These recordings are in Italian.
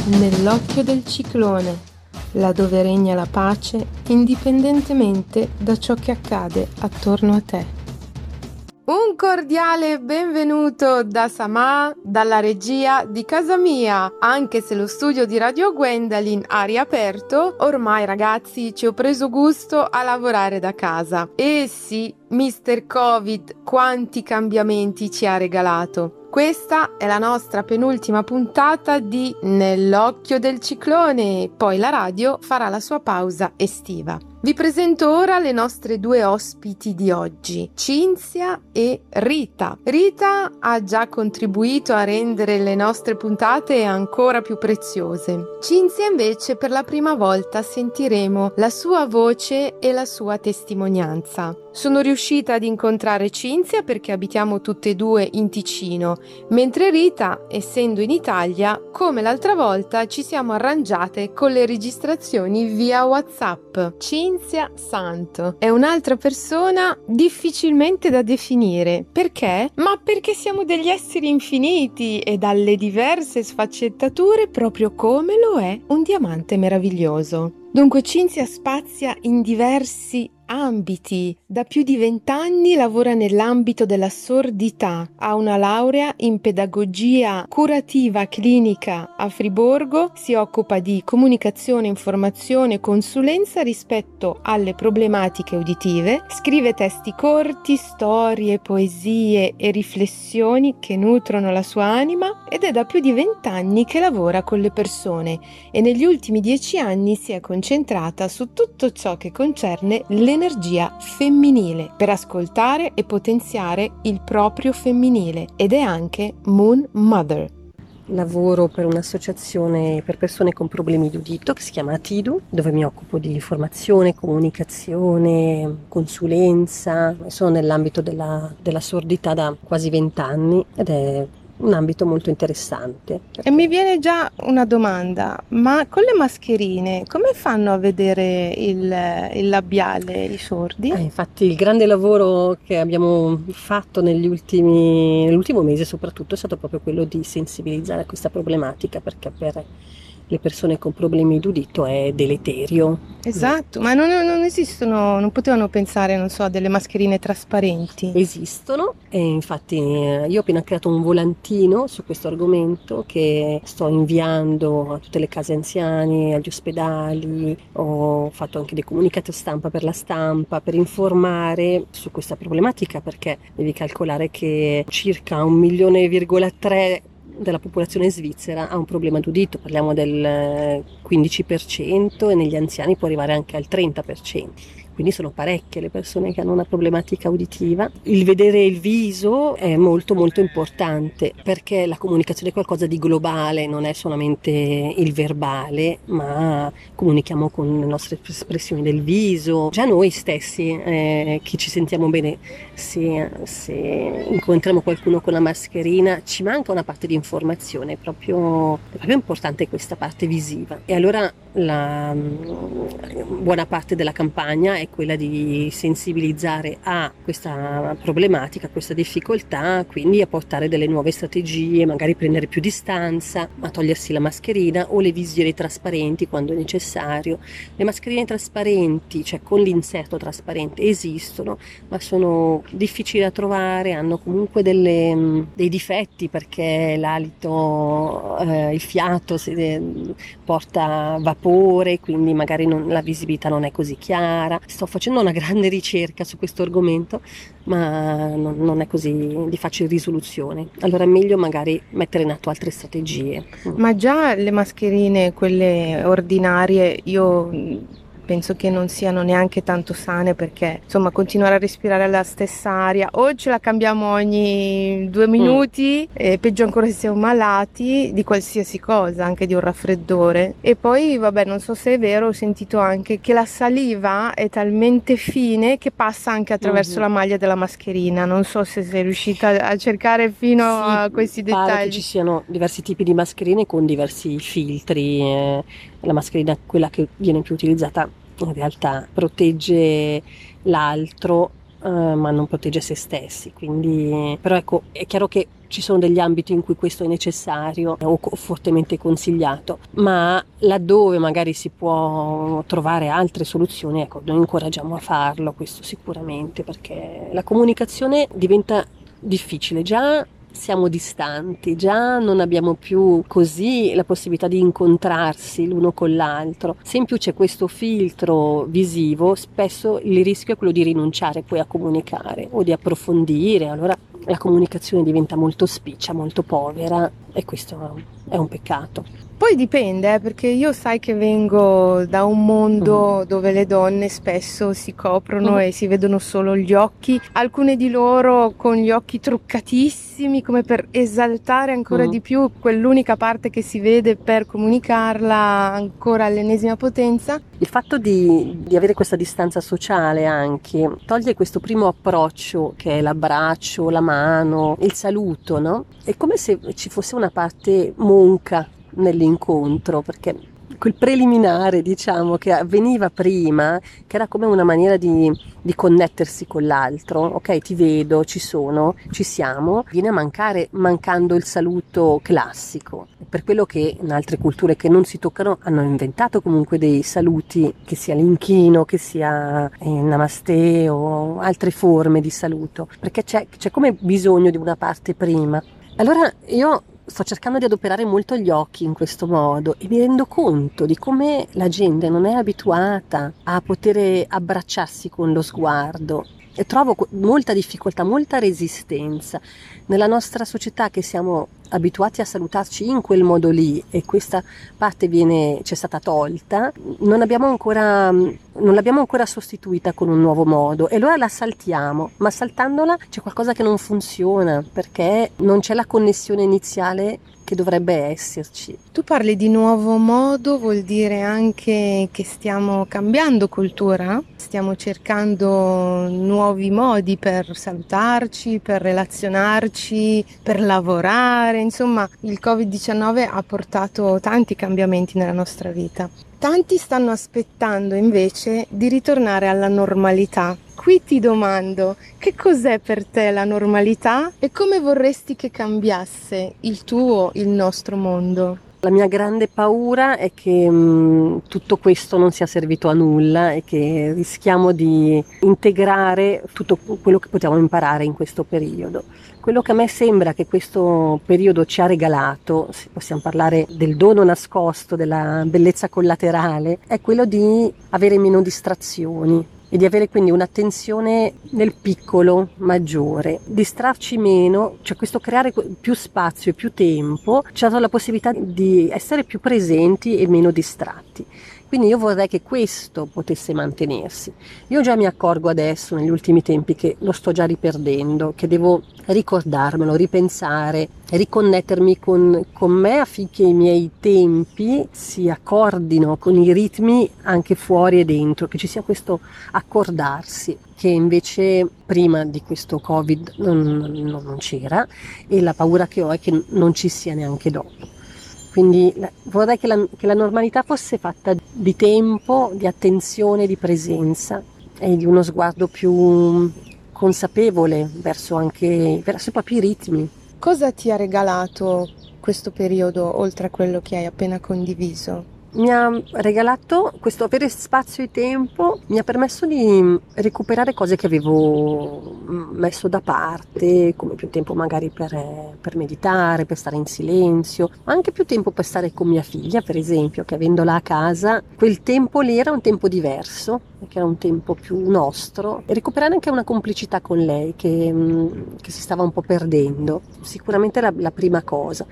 Nell'occhio del ciclone, laddove regna la pace indipendentemente da ciò che accade attorno a te. Un cordiale benvenuto da Samà, dalla regia di casa mia. Anche se lo studio di Radio Gwendalin ha riaperto, ormai ragazzi ci ho preso gusto a lavorare da casa. E sì, Mr. Covid, quanti cambiamenti ci ha regalato. Questa è la nostra penultima puntata di Nell'occhio del ciclone, poi la radio farà la sua pausa estiva. Vi presento ora le nostre due ospiti di oggi, Cinzia e Rita. Rita ha già contribuito a rendere le nostre puntate ancora più preziose. Cinzia invece per la prima volta sentiremo la sua voce e la sua testimonianza. Sono riuscita ad incontrare Cinzia perché abitiamo tutte e due in Ticino, mentre Rita, essendo in Italia, come l'altra volta ci siamo arrangiate con le registrazioni via WhatsApp. Cinzia Santo è un'altra persona difficilmente da definire. Perché? Ma perché siamo degli esseri infiniti e dalle diverse sfaccettature proprio come lo è un diamante meraviglioso. Dunque Cinzia spazia in diversi ambiti. Da più di 20 anni lavora nell'ambito della sordità. Ha una laurea in pedagogia curativa clinica a Friburgo. Si occupa di comunicazione, informazione e consulenza rispetto alle problematiche uditive. Scrive testi corti, storie, poesie e riflessioni che nutrono la sua anima ed è da più di 20 anni che lavora con le persone e negli ultimi 10 anni si è concentrata su tutto ciò che concerne l'energia femminile per ascoltare e potenziare il proprio femminile ed è anche Moon Mother. Lavoro per un'associazione per persone con problemi d'udito che si chiama Atidu, dove mi occupo di formazione, comunicazione, consulenza. Sono nell'ambito della sordità da quasi 20 anni ed è un ambito molto interessante. E mi viene già una domanda, ma con le mascherine come fanno a vedere il labiale i sordi? Infatti il grande lavoro che abbiamo fatto nell'ultimo mese soprattutto è stato proprio quello di sensibilizzare a questa problematica, perché per le persone con problemi d'udito è deleterio. Esatto, ma non esistono, non potevano pensare, non so, a delle mascherine trasparenti? Esistono e infatti io ho appena creato un volantino su questo argomento che sto inviando a tutte le case anziani, agli ospedali. Ho fatto anche dei comunicati stampa per la stampa per informare su questa problematica, perché devi calcolare che circa 1,3 milioni della popolazione svizzera ha un problema d'udito, parliamo del 15% e negli anziani può arrivare anche al 30%. Quindi sono parecchie le persone che hanno una problematica uditiva. Il vedere il viso è molto molto importante, perché la comunicazione è qualcosa di globale, non è solamente il verbale, ma comunichiamo con le nostre espressioni del viso. Già noi stessi, che ci sentiamo bene, se incontriamo qualcuno con la mascherina, ci manca una parte di informazione, è proprio importante questa parte visiva. E allora la buona parte della campagna è quella di sensibilizzare a questa problematica, a questa difficoltà, quindi a portare delle nuove strategie, magari prendere più distanza, a togliersi la mascherina o le visiere trasparenti quando è necessario. Le mascherine trasparenti, cioè con l'inserto trasparente, esistono, ma sono difficili da trovare, hanno comunque dei difetti, perché l'alito, il fiato porta vapore, quindi magari la visibilità non è così chiara. Sto facendo una grande ricerca su questo argomento, ma non è così di facile risoluzione. Allora è meglio magari mettere in atto altre strategie. Ma già le mascherine, quelle ordinarie, io penso che non siano neanche tanto sane, perché insomma continuare a respirare la stessa aria, o ce la cambiamo ogni 2 minuti e peggio ancora se siamo malati di qualsiasi cosa, anche di un raffreddore. E poi vabbè, non so se è vero, ho sentito anche che la saliva è talmente fine che passa anche attraverso la maglia della mascherina. Non so se sei riuscita a cercare fino a questi dettagli. Pare che ci siano diversi tipi di mascherine con diversi filtri. La mascherina, quella che viene più utilizzata, in realtà protegge l'altro ma non protegge se stessi. Quindi, però ecco, è chiaro che ci sono degli ambiti in cui questo è necessario o fortemente consigliato, ma laddove magari si può trovare altre soluzioni, ecco, noi incoraggiamo a farlo, questo sicuramente, perché la comunicazione diventa difficile. Già siamo distanti, già non abbiamo più così la possibilità di incontrarsi l'uno con l'altro. Se in più c'è questo filtro visivo, spesso il rischio è quello di rinunciare poi a comunicare o di approfondire, allora la comunicazione diventa molto spiccia, molto povera, e questo è un peccato. Poi dipende, perché io sai che vengo da un mondo dove le donne spesso si coprono e si vedono solo gli occhi, alcune di loro con gli occhi truccatissimi come per esaltare ancora di più quell'unica parte che si vede per comunicarla ancora all'ennesima potenza. Il fatto di avere questa distanza sociale anche toglie questo primo approccio che è l'abbraccio, la mano, il saluto, no? È come se ci fosse una parte monca nell'incontro, perché quel preliminare, diciamo, che avveniva prima, che era come una maniera di connettersi con l'altro, ok, ti vedo, ci sono, ci siamo, viene a mancare, mancando il saluto classico. Per quello che in altre culture che non si toccano hanno inventato comunque dei saluti, che sia l'inchino, che sia namaste o altre forme di saluto, perché c'è come bisogno di una parte prima. Allora io sto cercando di adoperare molto gli occhi in questo modo e mi rendo conto di come la gente non è abituata a poter abbracciarsi con lo sguardo, e trovo molta difficoltà, molta resistenza nella nostra società, che siamo abituati a salutarci in quel modo lì, e questa parte c'è stata tolta, non l'abbiamo ancora sostituita con un nuovo modo, e allora la saltiamo, ma saltandola c'è qualcosa che non funziona, perché non c'è la connessione iniziale che dovrebbe esserci. Tu parli di nuovo modo, vuol dire anche che stiamo cambiando cultura? Stiamo cercando nuovi modi per salutarci, per relazionarci, per lavorare, insomma il Covid-19 ha portato tanti cambiamenti nella nostra vita. Tanti stanno aspettando invece di ritornare alla normalità. Qui ti domando, che cos'è per te la normalità e come vorresti che cambiasse il nostro mondo? La mia grande paura è che tutto questo non sia servito a nulla e che rischiamo di integrare tutto quello che potevamo imparare in questo periodo. Quello che a me sembra che questo periodo ci ha regalato, se possiamo parlare del dono nascosto, della bellezza collaterale, è quello di avere meno distrazioni e di avere quindi un'attenzione nel piccolo maggiore, distrarci meno, cioè questo creare più spazio e più tempo ci ha dato la possibilità di essere più presenti e meno distratti. Quindi io vorrei che questo potesse mantenersi. Io già mi accorgo adesso, negli ultimi tempi, che lo sto già riperdendo, che devo ricordarmelo, ripensare, riconnettermi con me affinché i miei tempi si accordino con i ritmi anche fuori e dentro, che ci sia questo accordarsi, che invece prima di questo Covid non c'era, e la paura che ho è che non ci sia neanche dopo. Quindi vorrei che la normalità fosse fatta di tempo, di attenzione, di presenza e di uno sguardo più consapevole verso proprio i ritmi. Cosa ti ha regalato questo periodo, oltre a quello che hai appena condiviso? Mi ha regalato questo avere spazio e tempo, mi ha permesso di recuperare cose che avevo messo da parte, come più tempo magari per meditare, per stare in silenzio, ma anche più tempo per stare con mia figlia, per esempio, che avendola a casa, quel tempo lì era un tempo diverso, che era un tempo più nostro, e recuperare anche una complicità con lei che si stava un po' perdendo, sicuramente la prima cosa.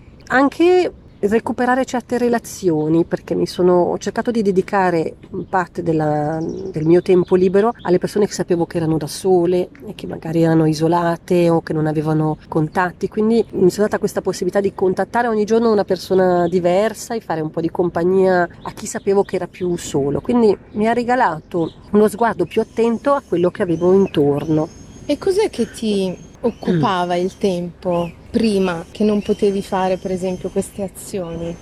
Anche recuperare certe relazioni, perché ho cercato di dedicare parte del mio tempo libero alle persone che sapevo che erano da sole e che magari erano isolate o che non avevano contatti, quindi mi sono data questa possibilità di contattare ogni giorno una persona diversa e fare un po' di compagnia a chi sapevo che era più solo, quindi mi ha regalato uno sguardo più attento a quello che avevo intorno. E cos'è che ti occupava il tempo prima, che non potevi fare per esempio queste azioni?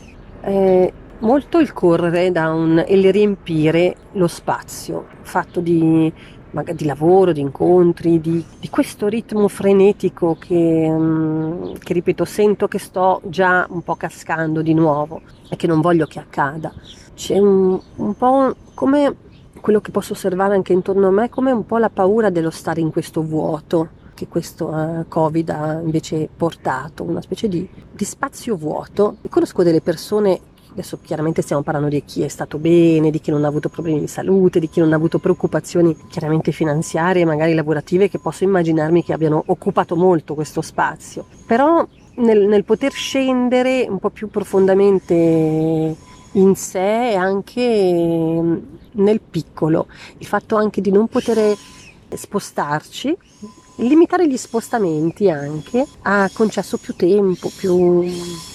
Molto il correre e il riempire lo spazio, fatto di magari di lavoro, di incontri, di questo ritmo frenetico che ripeto, sento che sto già un po' cascando di nuovo e che non voglio che accada. C'è un po' come quello che posso osservare anche intorno a me, come un po' la paura dello stare in questo vuoto che questo Covid ha invece portato, una specie di spazio vuoto. Conosco delle persone, adesso chiaramente stiamo parlando di chi è stato bene, di chi non ha avuto problemi di salute, di chi non ha avuto preoccupazioni chiaramente finanziarie, magari lavorative, che posso immaginarmi che abbiano occupato molto questo spazio. Però nel poter scendere un po' più profondamente in sé e anche nel piccolo, il fatto anche di non poter spostarci, limitare gli spostamenti anche ha concesso più tempo, più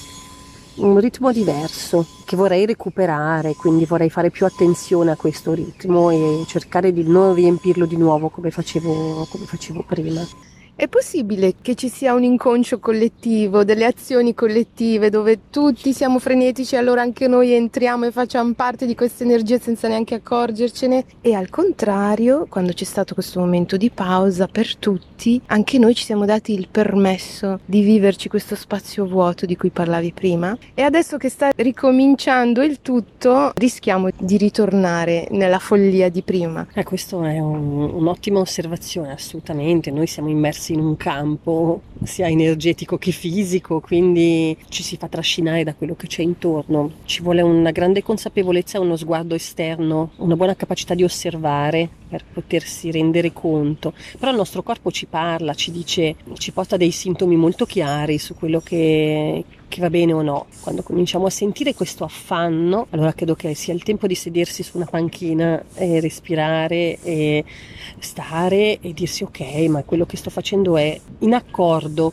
un ritmo diverso che vorrei recuperare, quindi vorrei fare più attenzione a questo ritmo e cercare di non riempirlo di nuovo come facevo prima. È possibile che ci sia un inconscio collettivo, delle azioni collettive dove tutti siamo frenetici e allora anche noi entriamo e facciamo parte di questa energia senza neanche accorgercene? E al contrario, quando c'è stato questo momento di pausa per tutti, anche noi ci siamo dati il permesso di viverci questo spazio vuoto di cui parlavi prima. E adesso che sta ricominciando il tutto, rischiamo di ritornare nella follia di prima. Questo è un'ottima osservazione, assolutamente. Noi siamo immersi in un campo sia energetico che fisico, quindi ci si fa trascinare da quello che c'è intorno. Ci vuole una grande consapevolezza, uno sguardo esterno, una buona capacità di osservare per potersi rendere conto. Però il nostro corpo ci parla, ci dice, ci porta dei sintomi molto chiari su quello che va bene o no. Quando cominciamo a sentire questo affanno, allora credo che sia il tempo di sedersi su una panchina e respirare e stare e dirsi ok, ma quello che sto facendo è in accordo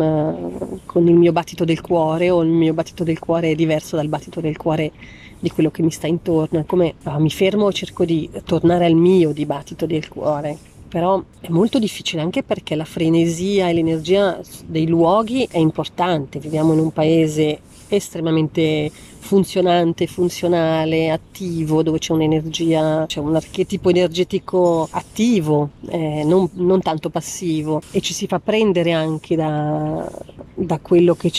con il mio battito del cuore, o il mio battito del cuore è diverso dal battito del cuore di quello che mi sta intorno. È come mi fermo e cerco di tornare al mio dibattito del cuore. Però è molto difficile, anche perché la frenesia e l'energia dei luoghi è importante. Viviamo in un paese estremamente funzionante, funzionale, attivo, dove c'è un'energia, c'è un archetipo energetico attivo, non tanto passivo, e ci si fa prendere anche da quello che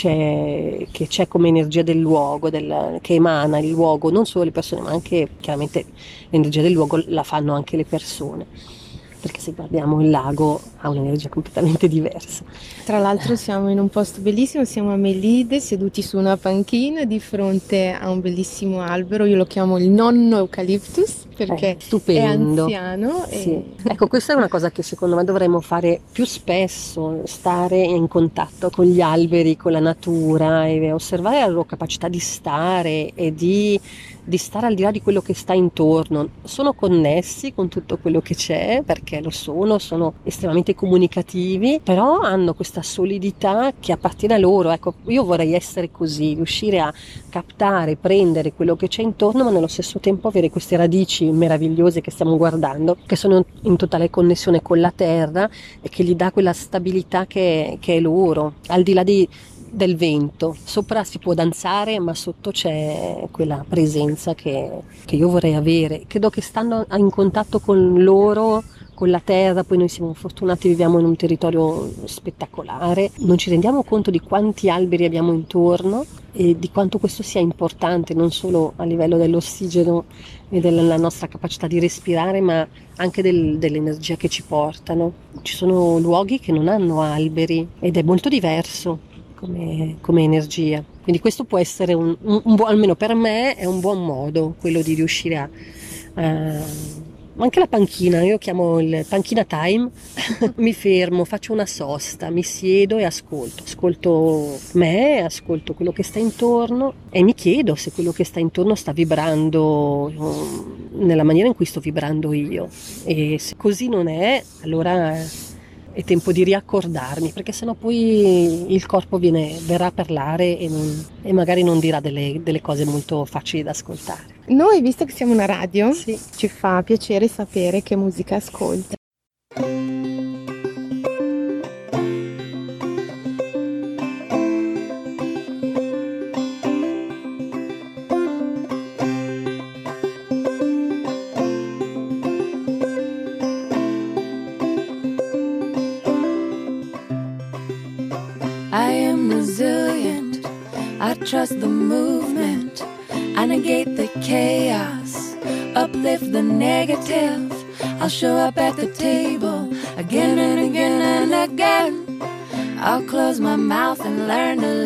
c'è come energia del luogo, che emana il luogo, non solo le persone, ma anche chiaramente l'energia del luogo la fanno anche le persone. Perché se guardiamo il lago ha un'energia completamente diversa. Tra l'altro siamo in un posto bellissimo, siamo a Melide, seduti su una panchina di fronte a un bellissimo albero, io lo chiamo il nonno eucaliptus perché è anziano. Sì. Ecco, questa è una cosa che secondo me dovremmo fare più spesso, stare in contatto con gli alberi, con la natura e osservare la loro capacità di stare e di stare al di là di quello che sta intorno. Sono connessi con tutto quello che c'è, perché sono estremamente comunicativi, però hanno questa solidità che appartiene a loro. Ecco, io vorrei essere così, riuscire a captare, prendere quello che c'è intorno, ma nello stesso tempo avere queste radici meravigliose che stiamo guardando, che sono in totale connessione con la terra e che gli dà quella stabilità che è loro, al di là del vento. Sopra si può danzare, ma sotto c'è quella presenza che io vorrei avere. Credo che stando in contatto con loro, con la terra, poi noi siamo fortunati, viviamo in un territorio spettacolare, non ci rendiamo conto di quanti alberi abbiamo intorno e di quanto questo sia importante, non solo a livello dell'ossigeno e della nostra capacità di respirare, ma anche dell'energia che ci portano. Ci sono luoghi che non hanno alberi ed è molto diverso come energia, quindi questo può essere un buon, almeno per me è un buon modo quello di riuscire a anche la panchina, io chiamo il panchina time. Mi fermo, faccio una sosta, mi siedo e ascolto me, ascolto quello che sta intorno e mi chiedo se quello che sta intorno sta vibrando nella maniera in cui sto vibrando io, e se così non è, allora è tempo di riaccordarmi, perché sennò poi il corpo verrà a parlare e magari non dirà delle cose molto facili da ascoltare. Noi, visto che siamo una radio, sì, ci fa piacere sapere che musica ascolta. I am resilient. I trust the movement. I negate the chaos, uplift the negative. I'll show up at the table again and again and again. I'll close my mouth and learn to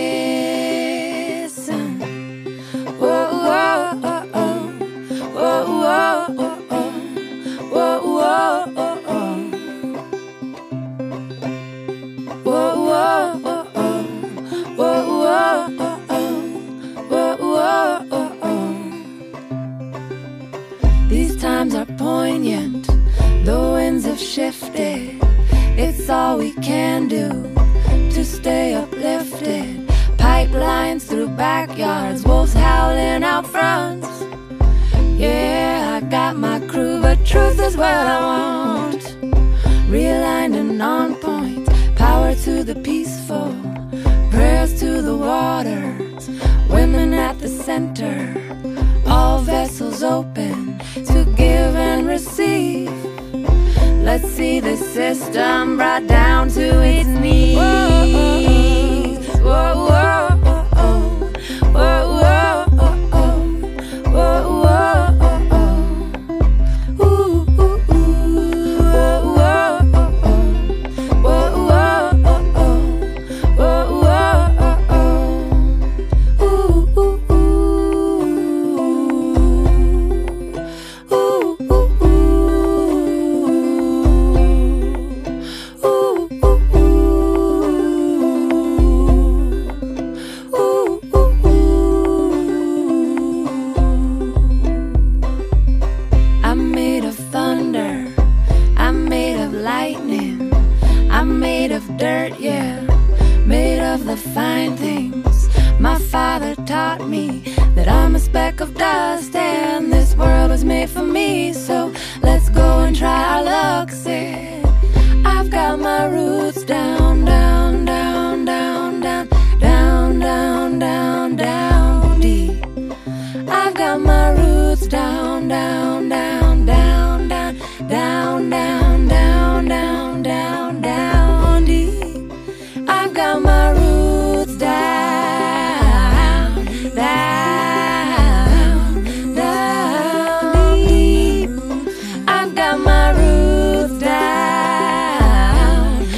listen. Whoa, whoa, oh, oh. Whoa, whoa, oh, oh. Whoa, whoa, oh, oh. Whoa, whoa, oh, oh. Whoa, whoa, oh, oh. Whoa, whoa, oh, oh. These times are poignant. The winds have shifted. It's all we can do to stay uplifted. Pipelines through backyards, wolves howling out fronts. Yeah, I got my crew, but truth is what I want. Realigned and on point, power to the peaceful, prayers to the waters, women at the center, all vessels open to give and receive. Let's see the system brought down to its knees. Whoa, whoa, oh, oh. Whoa, whoa, oh, oh. Whoa, whoa, oh, oh. Ooh, ooh, ooh. Whoa, whoa, oh, oh. Whoa, whoa, oh, oh. Whoa, whoa, oh, oh. Ooh, ooh, ooh. Ooh, ooh, ooh. Dirt, yeah, made of the fine things. My father taught me that I'm a speck of dust and this world was made for me. So let's go and try our luck, said. I've got my roots down, down, down, down, down, down, down, down, down deep. I've got my roots down, down, down, down, down, down, down, down, down, down, down deep. I've got my roots down, down, down deep. I've got my roots down,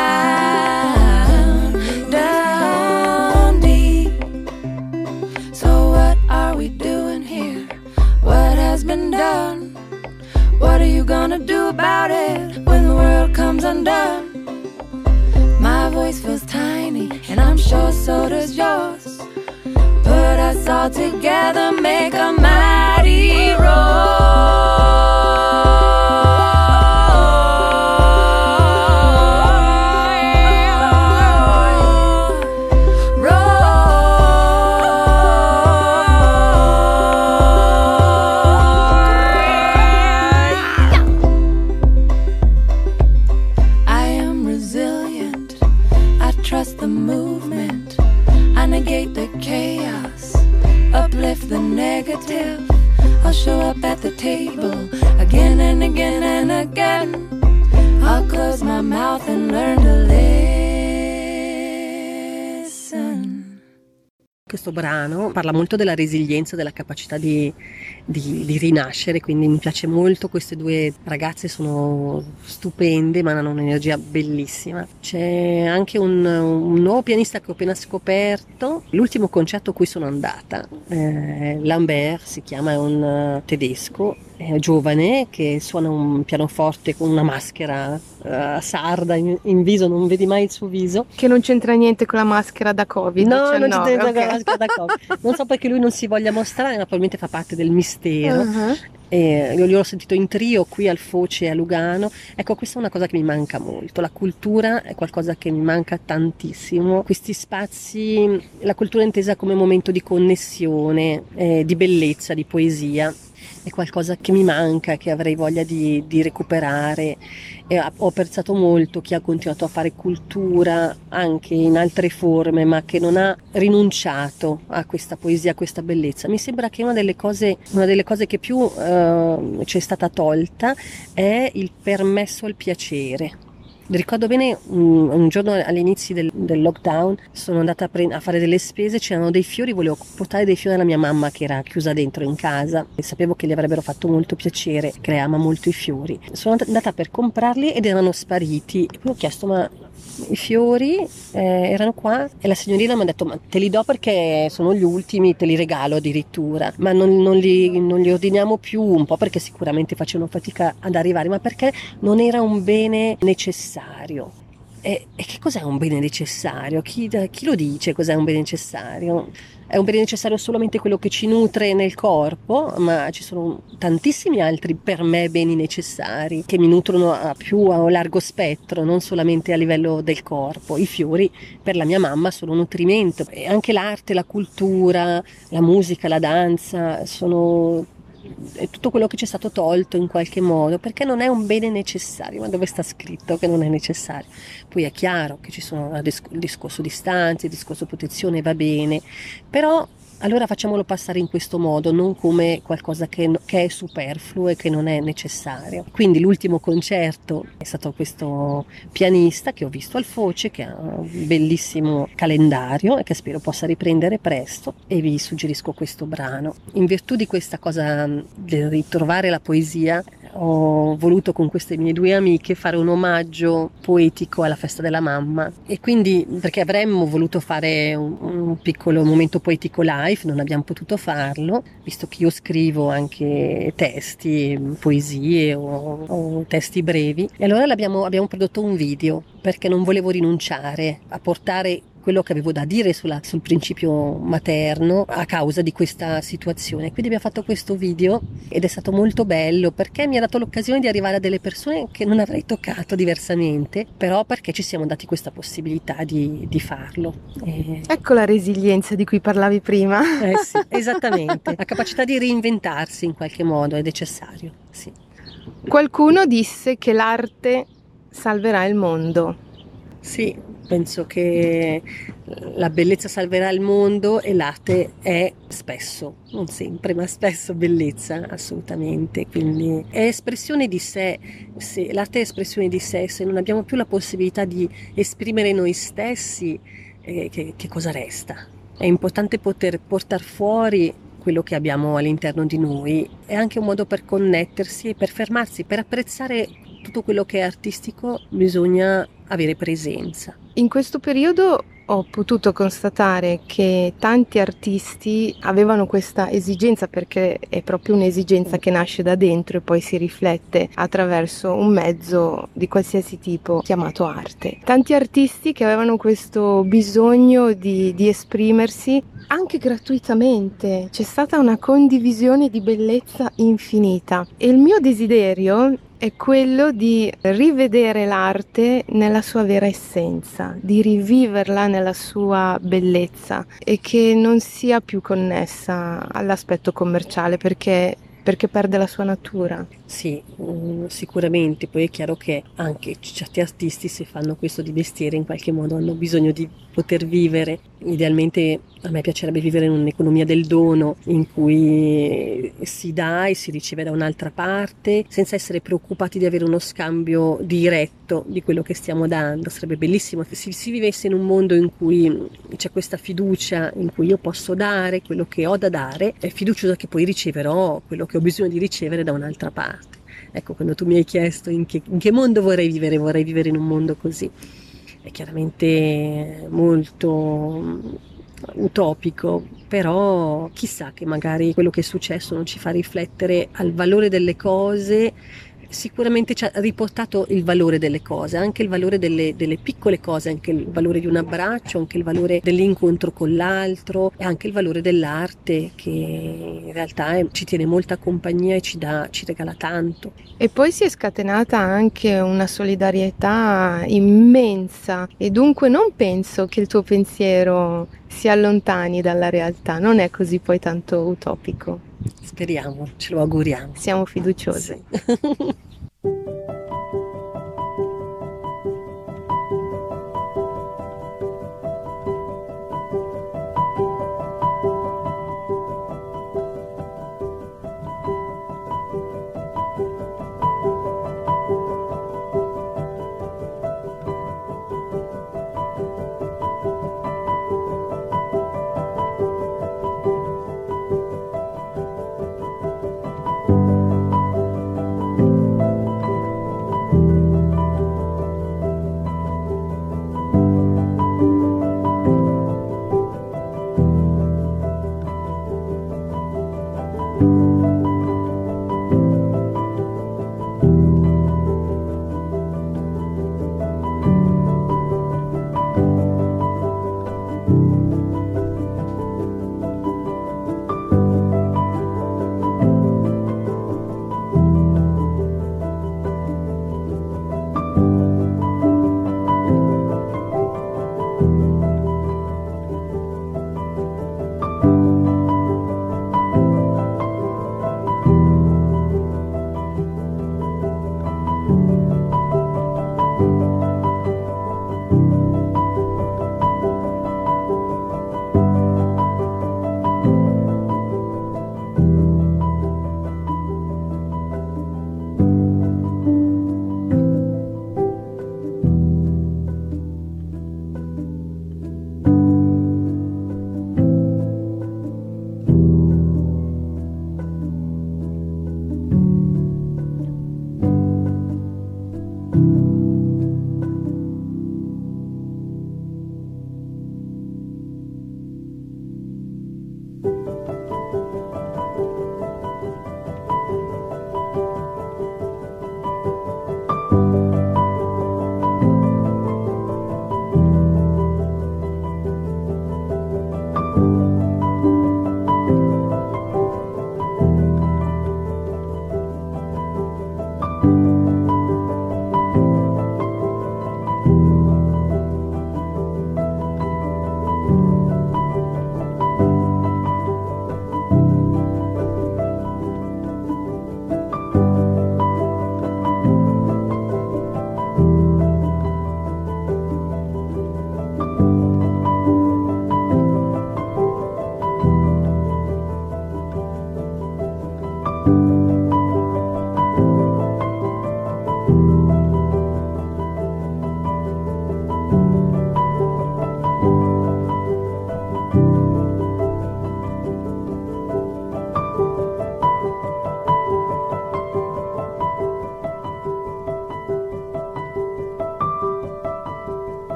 down, down deep. So what are we doing here? What has been done? What are you gonna do about it when the world comes undone? My voice feels tiny, and I'm sure so does yours. Put us all together, make a mighty trust the movement. I negate the chaos, uplift the negative. I'll show up at the table again and again and again. I'll close my mouth and learn to listen. Questo brano parla molto della resilienza, della capacità di rinascere, quindi mi piace molto. Queste due ragazze sono stupende, ma hanno un'energia bellissima. C'è anche un nuovo pianista che ho appena scoperto, l'ultimo concerto a cui sono andata, Lambert si chiama, è un tedesco, è giovane, che suona un pianoforte con una maschera sarda in viso, non vedi mai il suo viso. Che non c'entra niente con la maschera da Covid. No, non c'entra con la maschera da Covid. Non so perché lui non si voglia mostrare, ma probabilmente fa parte del mistero. Io l'ho sentito in trio qui al Foce a Lugano. Ecco, questa è una cosa che mi manca molto. La cultura è qualcosa che mi manca tantissimo. Questi spazi, la cultura intesa come momento di connessione, di bellezza, di poesia, è qualcosa che mi manca, che avrei voglia di recuperare. Ho apprezzato molto chi ha continuato a fare cultura anche in altre forme, ma che non ha rinunciato a questa poesia, a questa bellezza. Mi sembra che una delle cose che più ci è stata tolta è il permesso al piacere. Ricordo bene un giorno all'inizio del lockdown sono andata a fare delle spese, c'erano dei fiori, volevo portare dei fiori alla mia mamma che era chiusa dentro in casa e sapevo che gli avrebbero fatto molto piacere, che lei ama molto i fiori. Sono andata per comprarli ed erano spariti e poi ho chiesto ma i fiori erano qua e la signorina mi ha detto ma te li do perché sono gli ultimi, te li regalo addirittura, ma non li ordiniamo più, un po' perché sicuramente facevano fatica ad arrivare, ma perché non era un bene necessario. E che cos'è un bene necessario? Chi lo dice cos'è un bene necessario? È un bene necessario solamente quello che ci nutre nel corpo, ma ci sono tantissimi altri per me beni necessari che mi nutrono a un largo spettro, non solamente a livello del corpo. I fiori per la mia mamma sono nutrimento, e anche l'arte, la cultura, la musica, la danza è tutto quello che ci è stato tolto in qualche modo, perché non è un bene necessario. Ma dove sta scritto che non è necessario? Poi è chiaro che ci sono il discorso distanze, il discorso protezione, va bene, però allora facciamolo passare in questo modo, non come qualcosa che è superfluo e che non è necessario. Quindi l'ultimo concerto è stato questo pianista che ho visto al Foce, che ha un bellissimo calendario e che spero possa riprendere presto, e vi suggerisco questo brano. In virtù di questa cosa di ritrovare la poesia, ho voluto con queste mie due amiche fare un omaggio poetico alla festa della mamma, e quindi perché avremmo voluto fare un piccolo momento poetico live, non abbiamo potuto farlo visto che io scrivo anche testi, poesie o testi brevi, e allora abbiamo prodotto un video perché non volevo rinunciare a portare quello che avevo da dire sul principio materno a causa di questa situazione. Quindi abbiamo fatto questo video ed è stato molto bello perché mi ha dato l'occasione di arrivare a delle persone che non avrei toccato diversamente, però perché ci siamo dati questa possibilità di farlo. Ecco la resilienza di cui parlavi prima. Sì, esattamente, la capacità di reinventarsi in qualche modo è necessario, sì. Qualcuno disse che l'arte salverà il mondo. Sì, penso che la bellezza salverà il mondo e l'arte è spesso, non sempre, ma spesso bellezza, assolutamente. Quindi è espressione di sé, se l'arte è espressione di sé, se non abbiamo più la possibilità di esprimere noi stessi, che cosa resta? È importante poter portare fuori quello che abbiamo all'interno di noi, è anche un modo per connettersi e per fermarsi, per apprezzare tutto quello che è artistico. Bisogna avere presenza. In questo periodo ho potuto constatare che tanti artisti avevano questa esigenza, perché è proprio un'esigenza che nasce da dentro e poi si riflette attraverso un mezzo di qualsiasi tipo chiamato arte. Tanti artisti che avevano questo bisogno di esprimersi anche gratuitamente. C'è stata una condivisione di bellezza infinita e il mio desiderio è quello di rivedere l'arte nella sua vera essenza, di riviverla nella sua bellezza e che non sia più connessa all'aspetto commerciale perché perde la sua natura. Sì, sicuramente. Poi è chiaro che anche certi artisti, se fanno questo di mestiere, in qualche modo hanno bisogno di poter vivere. Idealmente a me piacerebbe vivere in un'economia del dono in cui si dà e si riceve da un'altra parte senza essere preoccupati di avere uno scambio diretto di quello che stiamo dando. Sarebbe bellissimo se si vivesse in un mondo in cui c'è questa fiducia, in cui io posso dare quello che ho da dare e fiduciosa che poi riceverò quello che ho bisogno di ricevere da un'altra parte. Ecco, quando tu mi hai chiesto in che mondo vorrei vivere in un mondo così. È chiaramente molto utopico, però chissà che magari quello che è successo non ci fa riflettere al valore delle cose. Sicuramente ci ha riportato il valore delle cose, anche il valore delle piccole cose, anche il valore di un abbraccio, anche il valore dell'incontro con l'altro e anche il valore dell'arte, che in realtà ci tiene molta compagnia e ci regala tanto. E poi si è scatenata anche una solidarietà immensa e dunque non penso che il tuo pensiero si allontani dalla realtà, non è così poi tanto utopico. Speriamo, ce lo auguriamo. Siamo fiduciosi. Sì.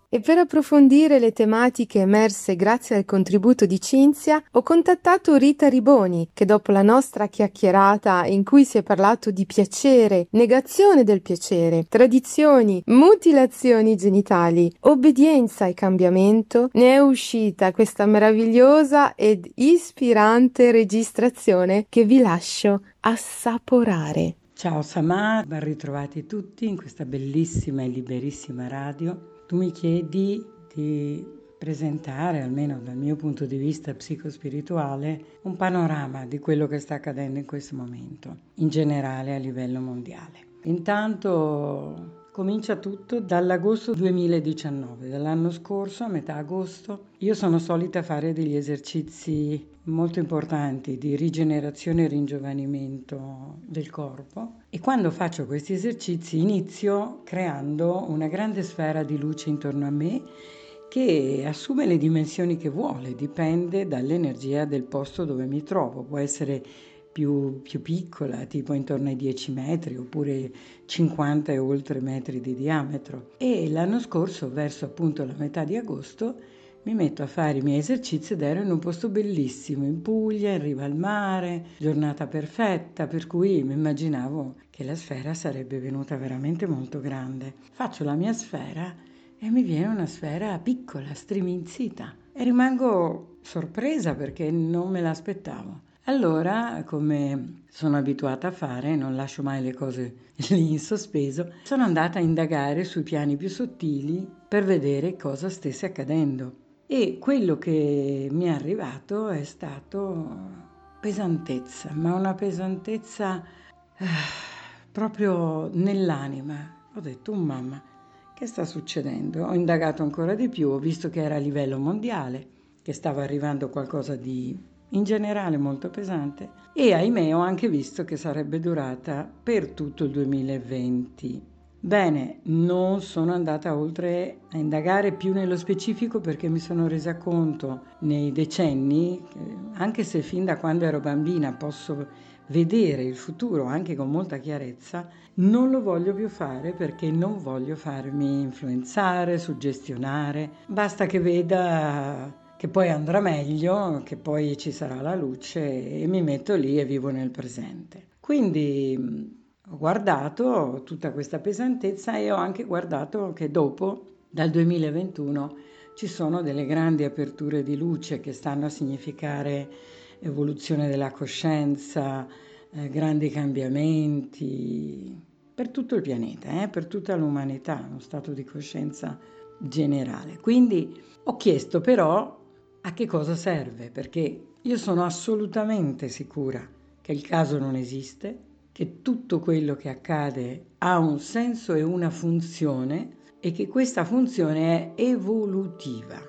E per approfondire le tematiche emerse grazie al contributo di Cinzia, ho contattato Rita Riboni, che dopo la nostra chiacchierata in cui si è parlato di piacere, negazione del piacere, tradizioni, mutilazioni genitali, obbedienza e cambiamento, ne è uscita questa meravigliosa ed ispirante registrazione che vi lascio assaporare. Ciao Samà, ben ritrovati tutti in questa bellissima e liberissima radio. Tu mi chiedi di presentare, almeno dal mio punto di vista psicospirituale, un panorama di quello che sta accadendo in questo momento, in generale a livello mondiale. Intanto comincia tutto dall'agosto 2019, dall'anno scorso, a metà agosto. Io sono solita fare degli esercizi molto importanti di rigenerazione e ringiovanimento del corpo, e quando faccio questi esercizi inizio creando una grande sfera di luce intorno a me che assume le dimensioni che vuole, dipende dall'energia del posto dove mi trovo, può essere più piccola, tipo intorno ai 10 metri, oppure 50 e oltre metri di diametro. E l'anno scorso, verso appunto la metà di agosto, mi metto a fare i miei esercizi ed ero in un posto bellissimo, in Puglia, in riva al mare, giornata perfetta, per cui mi immaginavo che la sfera sarebbe venuta veramente molto grande. Faccio la mia sfera e mi viene una sfera piccola, striminzita, e rimango sorpresa perché non me l'aspettavo. Allora, come sono abituata a fare, non lascio mai le cose lì in sospeso, sono andata a indagare sui piani più sottili per vedere cosa stesse accadendo. E quello che mi è arrivato è stato pesantezza, ma una pesantezza proprio nell'anima. Ho detto, mamma, che sta succedendo? Ho indagato ancora di più, ho visto che era a livello mondiale, che stava arrivando qualcosa di in generale molto pesante, e ahimè ho anche visto che sarebbe durata per tutto il 2020. Bene, non sono andata oltre a indagare più nello specifico perché mi sono resa conto nei decenni, anche se fin da quando ero bambina posso vedere il futuro anche con molta chiarezza, non lo voglio più fare perché non voglio farmi influenzare, suggestionare. Basta che veda che poi andrà meglio, che poi ci sarà la luce, e mi metto lì e vivo nel presente. Quindi ho guardato tutta questa pesantezza e ho anche guardato che dopo, dal 2021, ci sono delle grandi aperture di luce che stanno a significare evoluzione della coscienza, grandi cambiamenti per tutto il pianeta, per tutta l'umanità, uno stato di coscienza generale. Quindi ho chiesto però a che cosa serve, perché io sono assolutamente sicura che il caso non esiste, che tutto quello che accade ha un senso e una funzione e che questa funzione è evolutiva.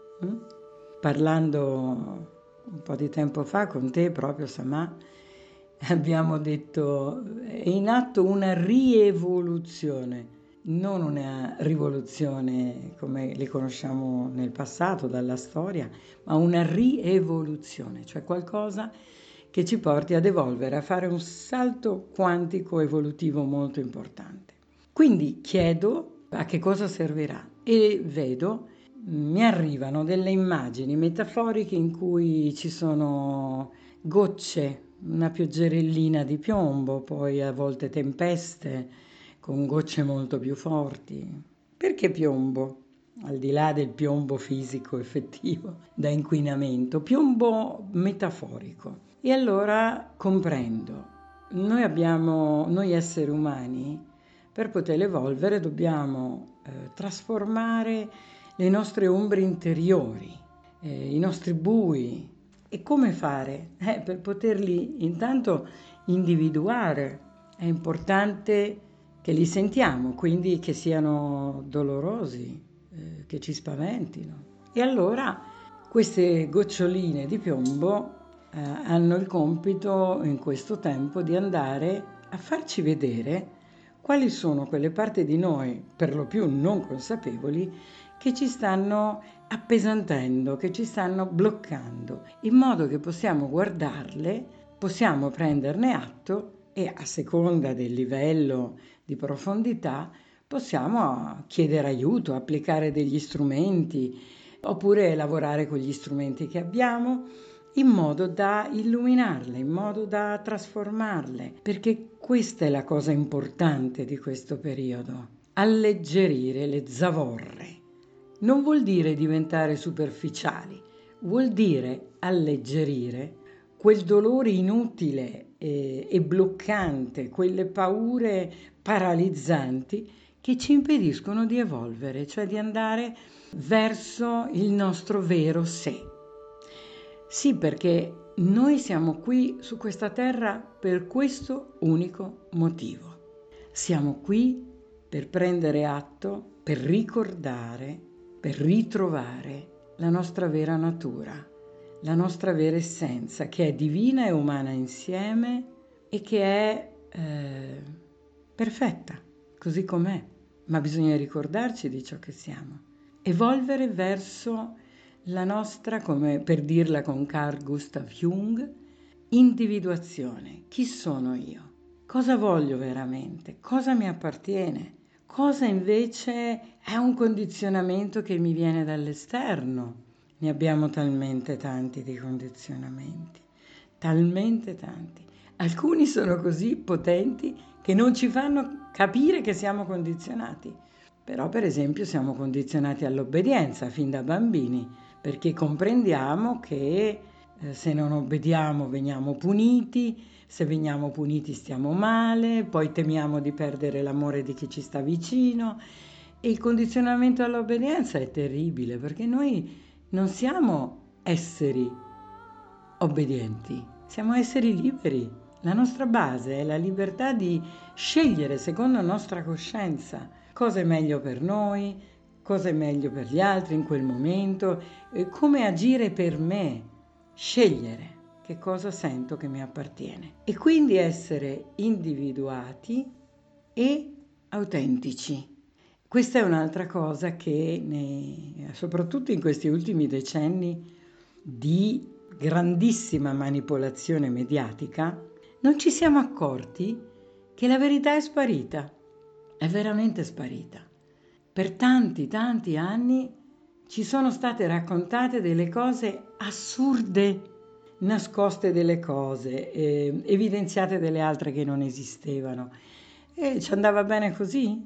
Parlando un po' di tempo fa con te proprio, Samà, abbiamo detto è in atto una rievoluzione, non una rivoluzione come le conosciamo nel passato dalla storia, ma una rievoluzione, cioè qualcosa che ci porti ad evolvere, a fare un salto quantico evolutivo molto importante. Quindi chiedo a che cosa servirà e vedo, mi arrivano delle immagini metaforiche in cui ci sono gocce, una pioggerellina di piombo, poi a volte tempeste con gocce molto più forti. Perché piombo? Al di là del piombo fisico effettivo da inquinamento, piombo metaforico. E allora comprendo, noi esseri umani, per poter evolvere dobbiamo trasformare le nostre ombre interiori, i nostri bui. E come fare? Per poterli intanto individuare è importante che li sentiamo, quindi che siano dolorosi, che ci spaventino. E allora queste goccioline di piombo hanno il compito in questo tempo di andare a farci vedere quali sono quelle parti di noi, per lo più non consapevoli, che ci stanno appesantendo, che ci stanno bloccando, in modo che possiamo guardarle, possiamo prenderne atto e a seconda del livello di profondità possiamo chiedere aiuto, applicare degli strumenti oppure lavorare con gli strumenti che abbiamo in modo da illuminarle, in modo da trasformarle, perché questa è la cosa importante di questo periodo. Alleggerire le zavorre. Non vuol dire diventare superficiali, vuol dire alleggerire quel dolore inutile e bloccante, quelle paure paralizzanti che ci impediscono di evolvere, cioè di andare verso il nostro vero sé. Sì, perché noi siamo qui su questa terra per questo unico motivo. Siamo qui per prendere atto, per ricordare, per ritrovare la nostra vera natura, la nostra vera essenza, che è divina e umana insieme e che è perfetta, così com'è. Ma bisogna ricordarci di ciò che siamo. Evolvere verso la nostra, come per dirla con Carl Gustav Jung, individuazione. Chi sono io? Cosa voglio veramente? Cosa mi appartiene? Cosa invece è un condizionamento che mi viene dall'esterno? Ne abbiamo talmente tanti di condizionamenti, talmente tanti. Alcuni sono così potenti che non ci fanno capire che siamo condizionati. Però per esempio siamo condizionati all'obbedienza fin da bambini, perché comprendiamo che se non obbediamo veniamo puniti, se veniamo puniti stiamo male, poi temiamo di perdere l'amore di chi ci sta vicino. E il condizionamento all'obbedienza è terribile, perché noi non siamo esseri obbedienti, siamo esseri liberi. La nostra base è la libertà di scegliere secondo la nostra coscienza cosa è meglio per noi, cosa è meglio per gli altri in quel momento, come agire per me, scegliere che cosa sento che mi appartiene. E quindi essere individuati e autentici. Questa è un'altra cosa che, soprattutto in questi ultimi decenni di grandissima manipolazione mediatica, non ci siamo accorti che la verità è sparita, è veramente sparita. Per tanti anni ci sono state raccontate delle cose assurde, nascoste delle cose, evidenziate delle altre che non esistevano. E ci andava bene così?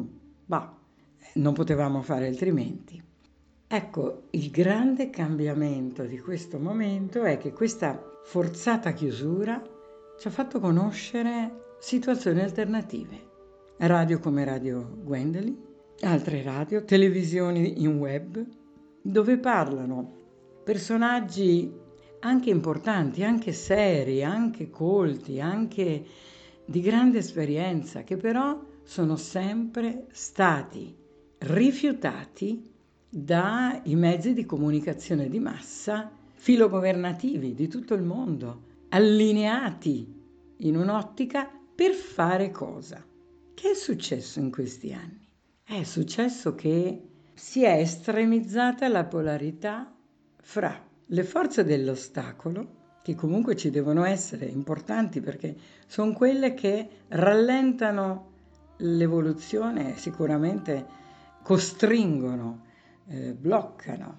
Non potevamo fare altrimenti. Ecco, il grande cambiamento di questo momento è che questa forzata chiusura ci ha fatto conoscere situazioni alternative. Radio come Radio Gwendolyn, altre radio, televisioni in web, dove parlano personaggi anche importanti, anche seri, anche colti, anche di grande esperienza, che però sono sempre stati rifiutati dai mezzi di comunicazione di massa filogovernativi di tutto il mondo, allineati in un'ottica per fare cosa? Che è successo in questi anni? È successo che si è estremizzata la polarità fra le forze dell'ostacolo, che comunque ci devono essere importanti perché sono quelle che rallentano l'evoluzione, sicuramente costringono, bloccano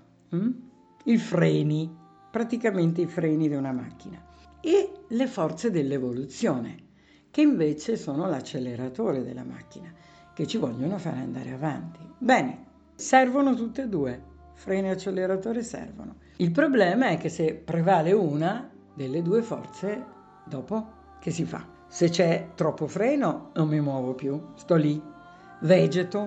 i freni, praticamente i freni di una macchina, e le forze dell'evoluzione, che invece sono l'acceleratore della macchina, che ci vogliono fare andare avanti. Bene, servono tutte e due, freno e acceleratore servono. Il problema è che se prevale una delle due forze, dopo che si fa? Se c'è troppo freno non mi muovo più, sto lì, vegeto.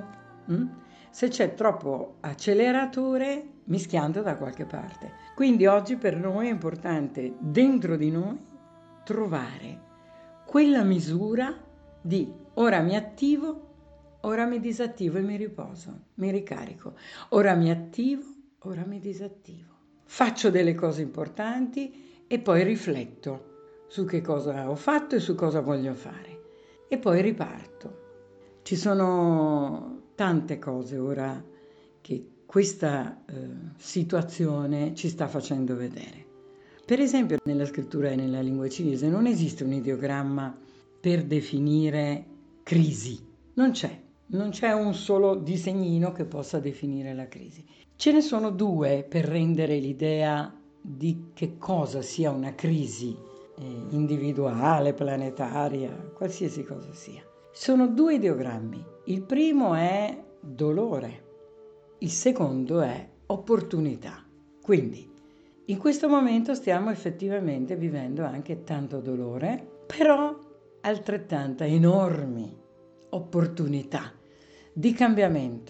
Se c'è troppo acceleratore mi schianto da qualche parte. Quindi oggi per noi è importante dentro di noi trovare quella misura di ora mi attivo, ora mi disattivo e mi riposo, mi ricarico. Ora mi attivo, ora mi disattivo. Faccio delle cose importanti e poi rifletto su che cosa ho fatto e su cosa voglio fare. E poi riparto. Ci sono tante cose ora che questa situazione ci sta facendo vedere. Per esempio, nella scrittura e nella lingua cinese non esiste un ideogramma per definire crisi, non c'è. Non c'è un solo disegnino che possa definire la crisi. Ce ne sono due per rendere l'idea di che cosa sia una crisi individuale, planetaria, qualsiasi cosa sia. Sono due ideogrammi. Il primo è dolore, il secondo è opportunità. Quindi in questo momento stiamo effettivamente vivendo anche tanto dolore, però altrettanta enormi opportunità di cambiamento,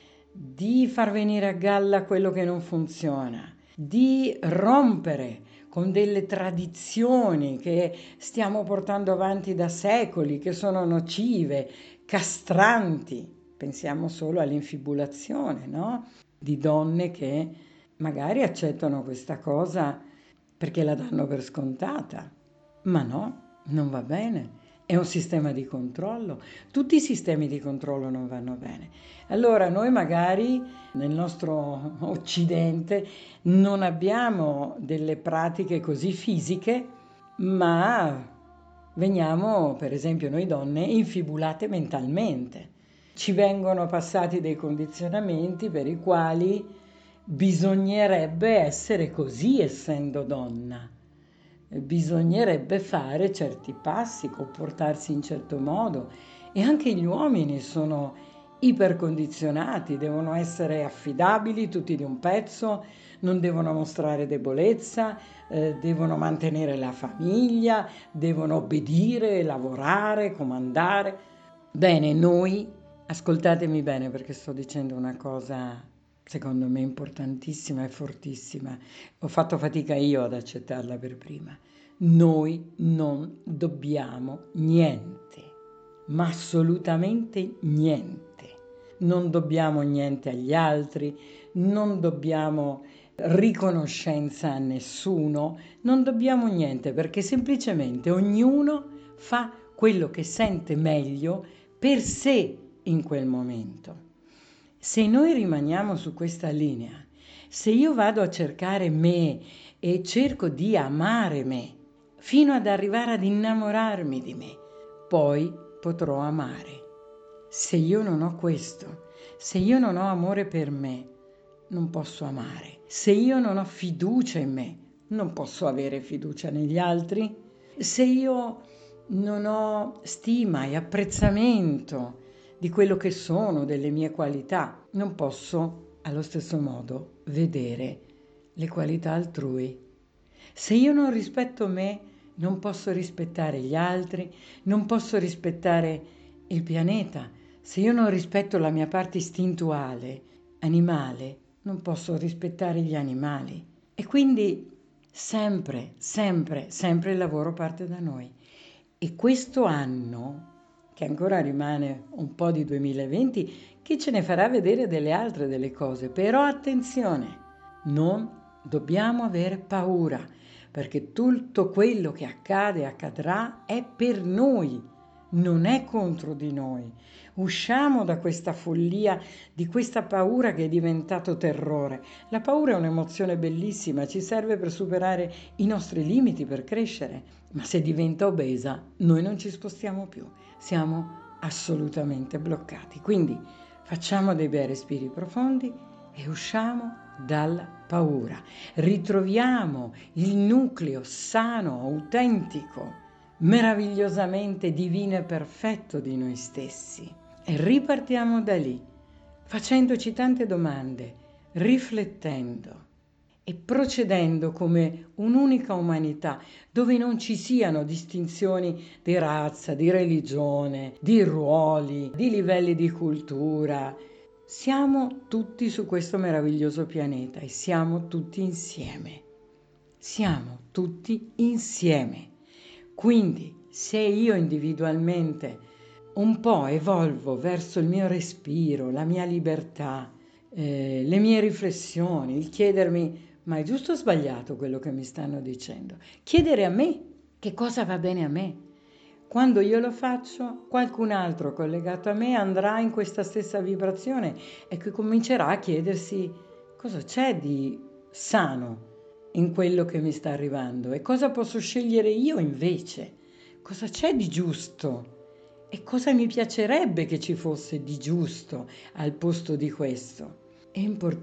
di far venire a galla quello che non funziona, di rompere con delle tradizioni che stiamo portando avanti da secoli, che sono nocive, castranti. Pensiamo solo all'infibulazione, no? Di donne che magari accettano questa cosa perché la danno per scontata, ma no, non va bene. È un sistema di controllo. Tutti i sistemi di controllo non vanno bene. Allora noi magari nel nostro Occidente non abbiamo delle pratiche così fisiche, ma veniamo, per esempio noi donne, infibulate mentalmente. Ci vengono passati dei condizionamenti per i quali bisognerebbe essere così essendo donna. Bisognerebbe fare certi passi, comportarsi in certo modo e anche gli uomini sono ipercondizionati, devono essere affidabili tutti di un pezzo, non devono mostrare debolezza, devono mantenere la famiglia, devono obbedire, lavorare, comandare. Bene, noi, ascoltatemi bene perché sto dicendo una cosa secondo me importantissima e fortissima. Ho fatto fatica io ad accettarla per prima. Noi non dobbiamo niente, ma assolutamente niente. Non dobbiamo niente agli altri, non dobbiamo riconoscenza a nessuno, non dobbiamo niente perché semplicemente ognuno fa quello che sente meglio per sé in quel momento. Se noi rimaniamo su questa linea, se io vado a cercare me e cerco di amare me, fino ad arrivare ad innamorarmi di me, poi potrò amare. Se io non ho questo, se io non ho amore per me, non posso amare. Se io non ho fiducia in me, non posso avere fiducia negli altri. Se io non ho stima e apprezzamento di quello che sono, delle mie qualità, non posso allo stesso modo vedere le qualità altrui. Se io non rispetto me, non posso rispettare gli altri, non posso rispettare il pianeta. Se io non rispetto la mia parte istintuale, animale, non posso rispettare gli animali. E quindi sempre, sempre, sempre il lavoro parte da noi. E questo anno, che ancora rimane un po' di 2020, che ce ne farà vedere delle altre delle cose. Però attenzione, non dobbiamo avere paura, perché tutto quello che accade e accadrà è per noi, non è contro di noi. Usciamo da questa follia, di questa paura che è diventato terrore. La paura è un'emozione bellissima, ci serve per superare i nostri limiti, per crescere, ma se diventa obesa noi non ci spostiamo più, siamo assolutamente bloccati. Quindi facciamo dei bei respiri profondi e usciamo dalla paura. Ritroviamo il nucleo sano, autentico, meravigliosamente divino e perfetto di noi stessi. E ripartiamo da lì, facendoci tante domande, riflettendo e procedendo come un'unica umanità, dove non ci siano distinzioni di razza, di religione, di ruoli, di livelli di cultura. Siamo tutti su questo meraviglioso pianeta e siamo tutti insieme. Siamo tutti insieme. Quindi, se io individualmente un po' evolvo verso il mio respiro, la mia libertà, le mie riflessioni, il chiedermi ma è giusto o sbagliato quello che mi stanno dicendo? Chiedere a me che cosa va bene a me. Quando io lo faccio, qualcun altro collegato a me andrà in questa stessa vibrazione e che comincerà a chiedersi cosa c'è di sano in quello che mi sta arrivando e cosa posso scegliere io invece, cosa c'è di giusto E cosa mi piacerebbe che ci fosse di giusto al posto di questo? È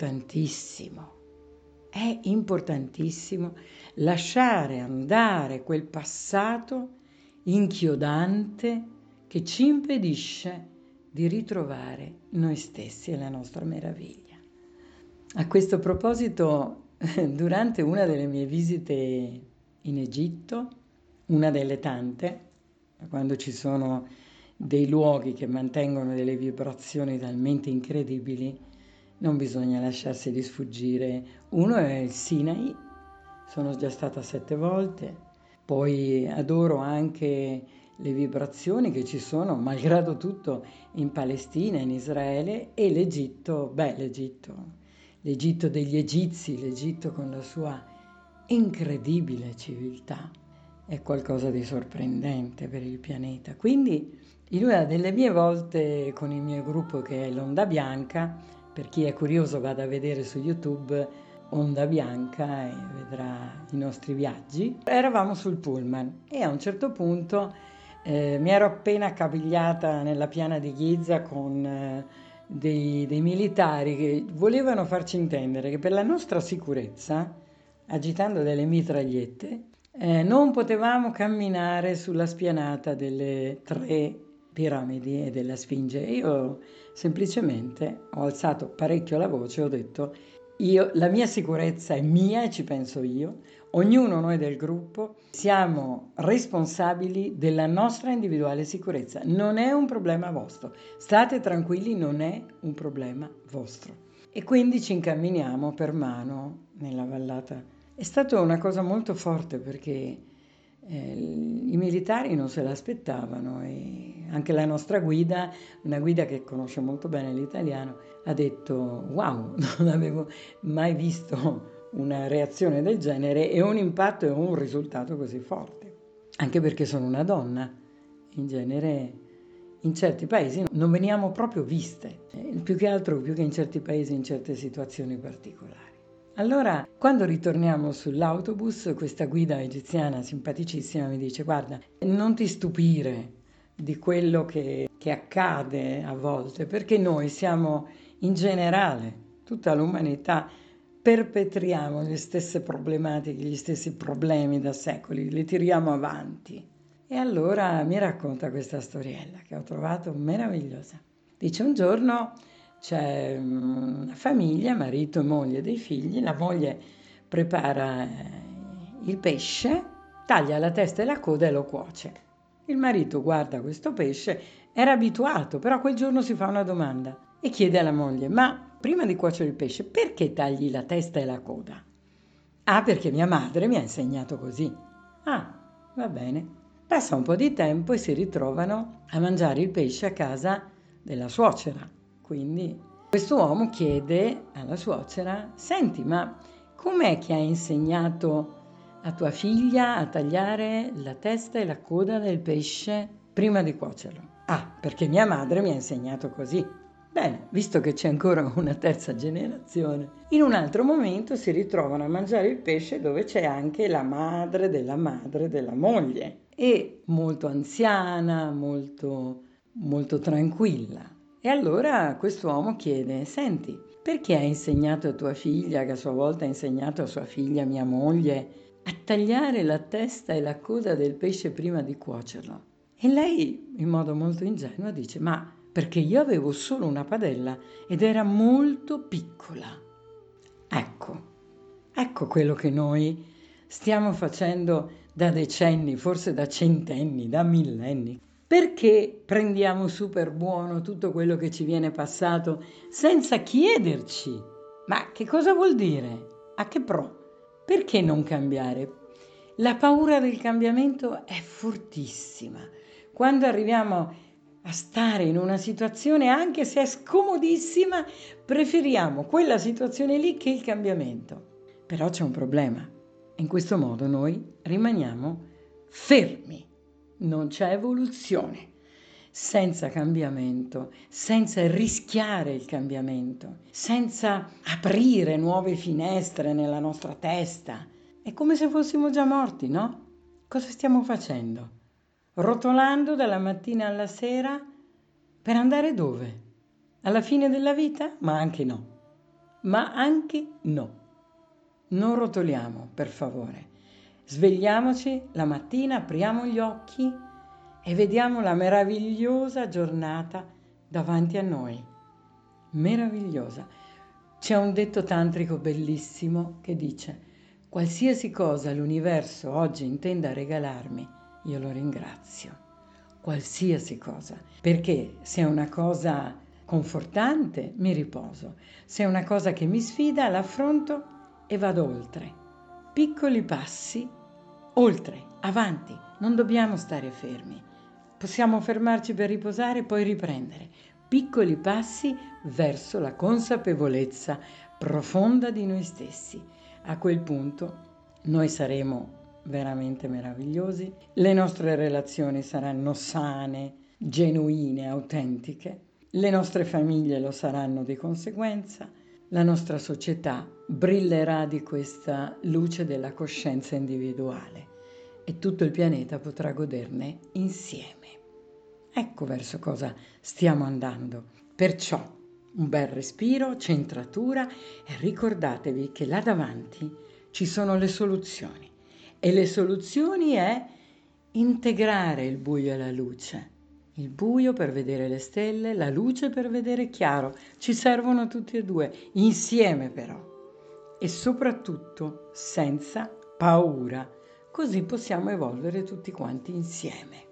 importantissimo lasciare andare quel passato inchiodante che ci impedisce di ritrovare noi stessi e la nostra meraviglia. A questo proposito, durante una delle mie visite in Egitto, una delle tante, quando ci sono dei luoghi che mantengono delle vibrazioni talmente incredibili, non bisogna lasciarsi di sfuggire. Uno è il Sinai, sono già stata 7 volte, poi adoro anche le vibrazioni che ci sono, malgrado tutto, in Palestina, in Israele, e l'Egitto degli Egizi, l'Egitto con la sua incredibile civiltà, è qualcosa di sorprendente per il pianeta. Quindi, in una delle mie volte con il mio gruppo, che è l'Onda Bianca, per chi è curioso vada a vedere su YouTube Onda Bianca e vedrà i nostri viaggi, eravamo sul pullman e a un certo punto mi ero appena accapigliata nella piana di Giza con dei militari che volevano farci intendere che per la nostra sicurezza, agitando delle mitragliette, non potevamo camminare sulla spianata delle 3 piramidi e della Sfinge. Io semplicemente ho alzato parecchio la voce e ho detto: la mia sicurezza è mia e ci penso io, ognuno noi del gruppo siamo responsabili della nostra individuale sicurezza, non è un problema vostro, state tranquilli, non è un problema vostro. E quindi ci incamminiamo per mano nella vallata. È stata una cosa molto forte perché i militari non se l'aspettavano e anche la nostra guida, una guida che conosce molto bene l'italiano, ha detto: wow, non avevo mai visto una reazione del genere e un impatto e un risultato così forte. Anche perché sono una donna, in genere in certi paesi non veniamo proprio viste, più che in certi paesi, in certe situazioni particolari. Allora, quando ritorniamo sull'autobus, questa guida egiziana simpaticissima mi dice: guarda, non ti stupire di quello che accade a volte, perché noi siamo in generale, tutta l'umanità, perpetriamo le stesse problematiche, gli stessi problemi da secoli, li tiriamo avanti. E allora mi racconta questa storiella che ho trovato meravigliosa. Dice: un giorno c'è una famiglia, marito e moglie, dei figli, la moglie prepara il pesce, taglia la testa e la coda e lo cuoce. Il marito guarda questo pesce, era abituato, però quel giorno si fa una domanda e chiede alla moglie: ma prima di cuocere il pesce, perché tagli la testa e la coda? Ah, perché mia madre mi ha insegnato così. Ah, va bene. Passa un po' di tempo e si ritrovano a mangiare il pesce a casa della suocera. Quindi questo uomo chiede alla suocera: senti, ma com'è che hai insegnato a tua figlia a tagliare la testa e la coda del pesce prima di cuocerlo? Ah, perché mia madre mi ha insegnato così. Bene, visto che c'è ancora una terza generazione, in un altro momento si ritrovano a mangiare il pesce dove c'è anche la madre della moglie, e molto anziana, molto tranquilla. E allora quest'uomo chiede: senti, perché hai insegnato a tua figlia, che a sua volta ha insegnato a sua figlia, mia moglie, a tagliare la testa e la coda del pesce prima di cuocerlo? E lei, in modo molto ingenuo, dice: ma perché io avevo solo una padella ed era molto piccola. Ecco quello che noi stiamo facendo da decenni, forse da centenni, da millenni. Perché prendiamo su per buono tutto quello che ci viene passato senza chiederci: ma che cosa vuol dire? A che pro? Perché non cambiare? La paura del cambiamento è fortissima. Quando arriviamo a stare in una situazione, anche se è scomodissima, preferiamo quella situazione lì che il cambiamento. Però c'è un problema. In questo modo noi rimaniamo fermi. Non c'è evoluzione. Senza cambiamento, senza rischiare il cambiamento, senza aprire nuove finestre nella nostra testa, è come se fossimo già morti, no? Cosa stiamo facendo? rotolando dalla mattina alla sera per andare dove? Alla fine della vita? Ma anche no. Ma anche no. Non rotoliamo, per favore. Svegliamoci la mattina, apriamo gli occhi e vediamo la meravigliosa giornata davanti a noi. Meravigliosa. C'è un detto tantrico bellissimo che dice: qualsiasi cosa l'universo oggi intenda regalarmi, io lo ringrazio. Qualsiasi cosa. Perché se è una cosa confortante, mi riposo. Se è una cosa che mi sfida, l'affronto e vado oltre. Piccoli passi, oltre, avanti. Non dobbiamo stare fermi. Possiamo fermarci per riposare e poi riprendere. Piccoli passi verso la consapevolezza profonda di noi stessi. A quel punto noi saremo veramente meravigliosi, le nostre relazioni saranno sane, genuine, autentiche, le nostre famiglie lo saranno di conseguenza, la nostra società brillerà di questa luce della coscienza individuale e tutto il pianeta potrà goderne insieme. Ecco verso cosa stiamo andando. Perciò un bel respiro, centratura e ricordatevi che là davanti ci sono le soluzioni. E le soluzioni è integrare il buio e la luce. Il buio per vedere le stelle, la luce per vedere chiaro. Ci servono tutti e due, insieme però. E soprattutto senza paura. Così possiamo evolvere tutti quanti insieme.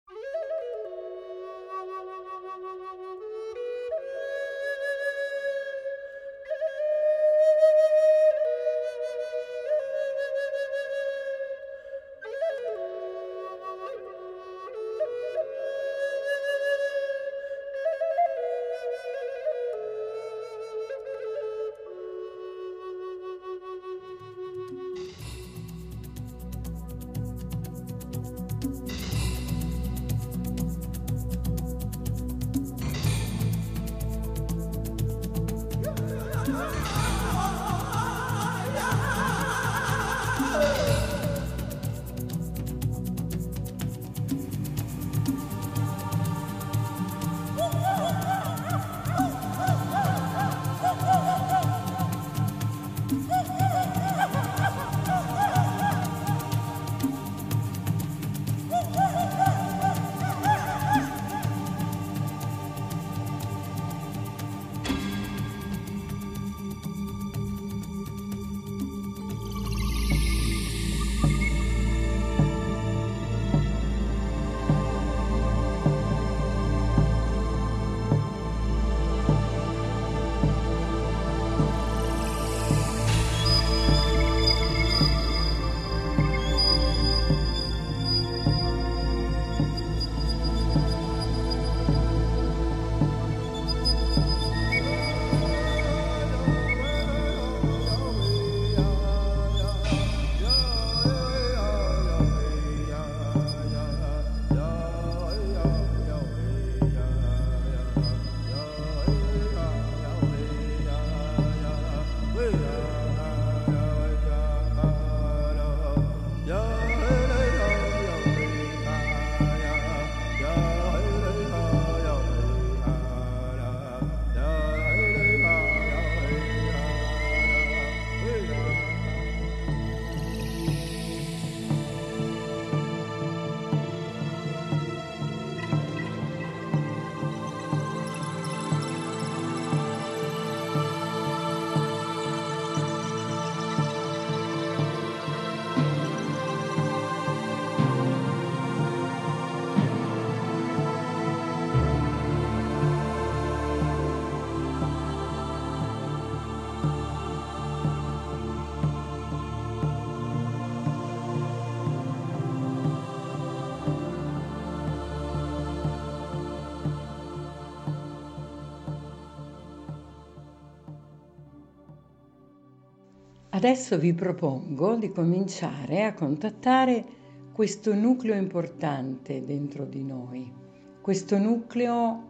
Adesso vi propongo di cominciare a contattare questo nucleo importante dentro di noi, questo nucleo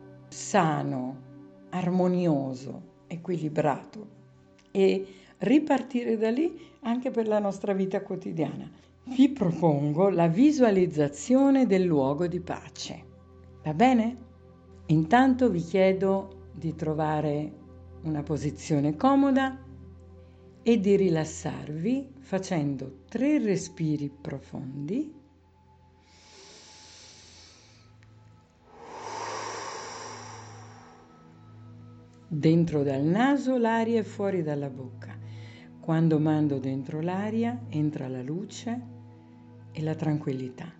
sano, armonioso, equilibrato e ripartire da lì anche per la nostra vita quotidiana. vi propongo la visualizzazione del luogo di pace. Va bene? Intanto vi chiedo di trovare una posizione comoda e di rilassarvi facendo 3 respiri profondi. Dentro dal naso l'aria e fuori dalla bocca. Quando mando dentro l'aria entra la luce e la tranquillità.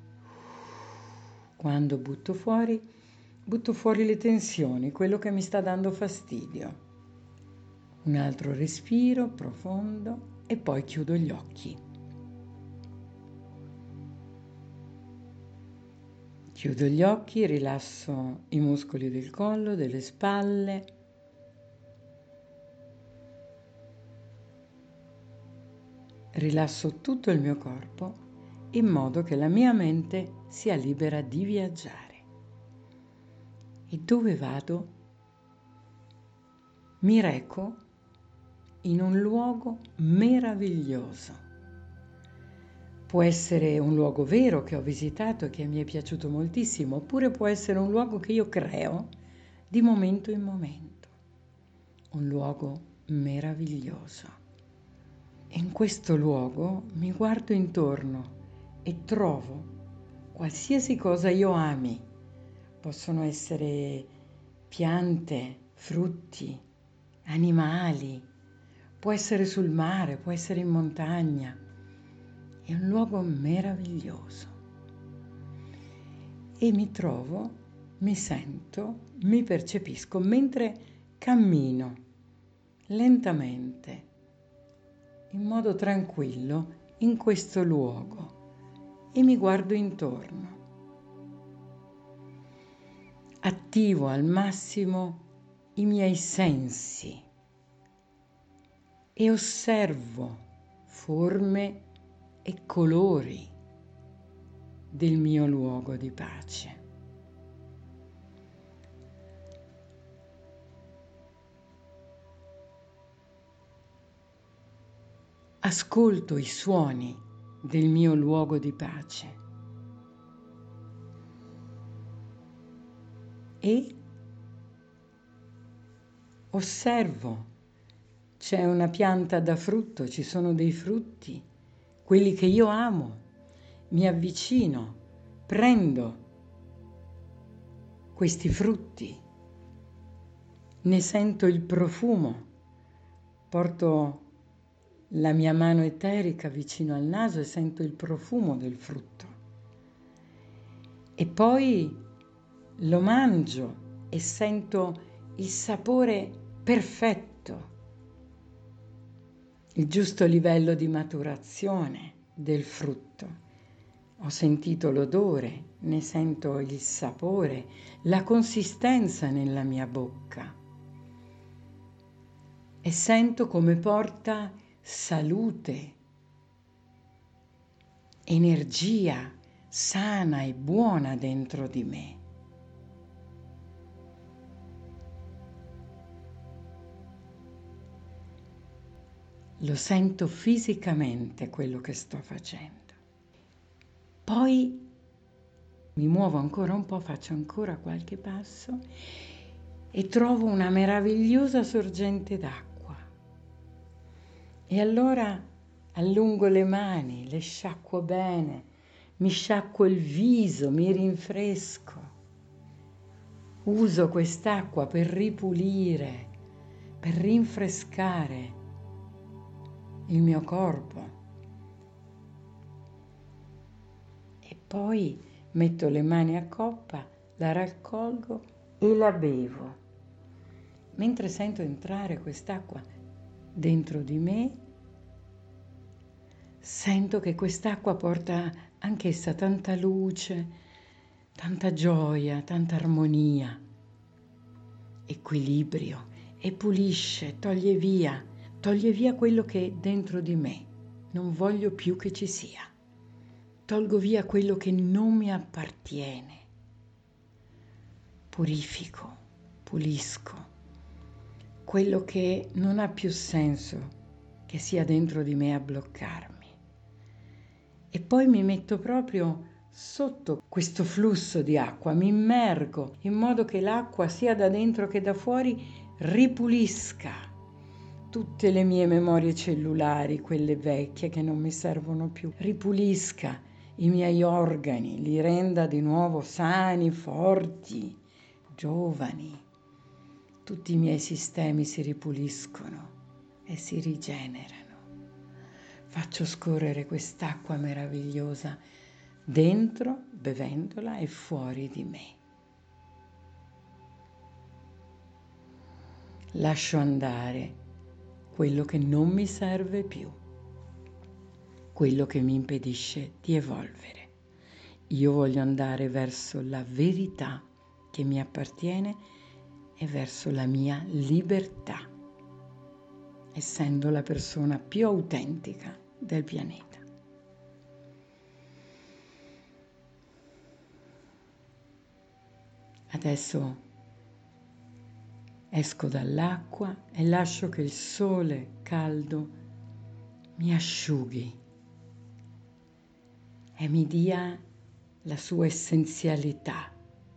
Quando butto fuori le tensioni, quello che mi sta dando fastidio. Un altro respiro profondo e poi chiudo gli occhi. Chiudo gli occhi, rilasso i muscoli del collo, delle spalle. Rilasso tutto il mio corpo in modo che la mia mente sia libera di viaggiare. E dove vado? Mi reco in un luogo meraviglioso. Può essere un luogo vero che ho visitato e che mi è piaciuto moltissimo, oppure può essere un luogo che io creo di momento in momento. Un luogo meraviglioso. In questo luogo mi guardo intorno e trovo qualsiasi cosa io ami. Possono essere piante, frutti, animali, può essere sul mare, può essere in montagna. È un luogo meraviglioso. E mi trovo, mi sento, mi percepisco mentre cammino lentamente, in modo tranquillo, in questo luogo e mi guardo intorno. Attivo al massimo i miei sensi e osservo forme e colori del mio luogo di pace. Ascolto i suoni del mio luogo di pace e osservo. C'è una pianta da frutto, ci sono dei frutti, quelli che io amo. Mi avvicino, prendo questi frutti, ne sento il profumo, porto la mia mano eterica vicino al naso e sento il profumo del frutto. E poi lo mangio e sento il sapore perfetto, il giusto livello di maturazione del frutto. Ho sentito l'odore, ne sento il sapore, la consistenza nella mia bocca e sento come porta salute, energia sana e buona dentro di me. Lo sento fisicamente quello che sto facendo. Poi mi muovo ancora un po', faccio ancora qualche passo e trovo una meravigliosa sorgente d'acqua. E allora allungo le mani, le sciacquo bene, mi sciacquo il viso, mi rinfresco. Uso quest'acqua per ripulire, per rinfrescare il mio corpo. E poi metto le mani a coppa, la raccolgo e la bevo. Mentre sento entrare quest'acqua dentro di me, sento che quest'acqua porta anch'essa tanta luce, tanta gioia, tanta armonia, equilibrio e pulisce, toglie via quello che è dentro di me. Non voglio più che ci sia. Tolgo via quello che non mi appartiene. Purifico, pulisco quello che non ha più senso che sia dentro di me a bloccarmi. e poi mi metto proprio sotto questo flusso di acqua, mi immergo in modo che l'acqua sia da dentro che da fuori ripulisca tutte le mie memorie cellulari, quelle vecchie che non mi servono più, ripulisca i miei organi, li renda di nuovo sani, forti, giovani. Tutti i miei sistemi si ripuliscono e si rigenerano. Faccio scorrere quest'acqua meravigliosa dentro, bevendola, e fuori di me. Lascio andare quello che non mi serve più, quello che mi impedisce di evolvere. Io voglio andare verso la verità che mi appartiene e verso la mia libertà, essendo la persona più autentica del pianeta. Adesso esco dall'acqua e lascio che il sole caldo mi asciughi e mi dia la sua essenzialità,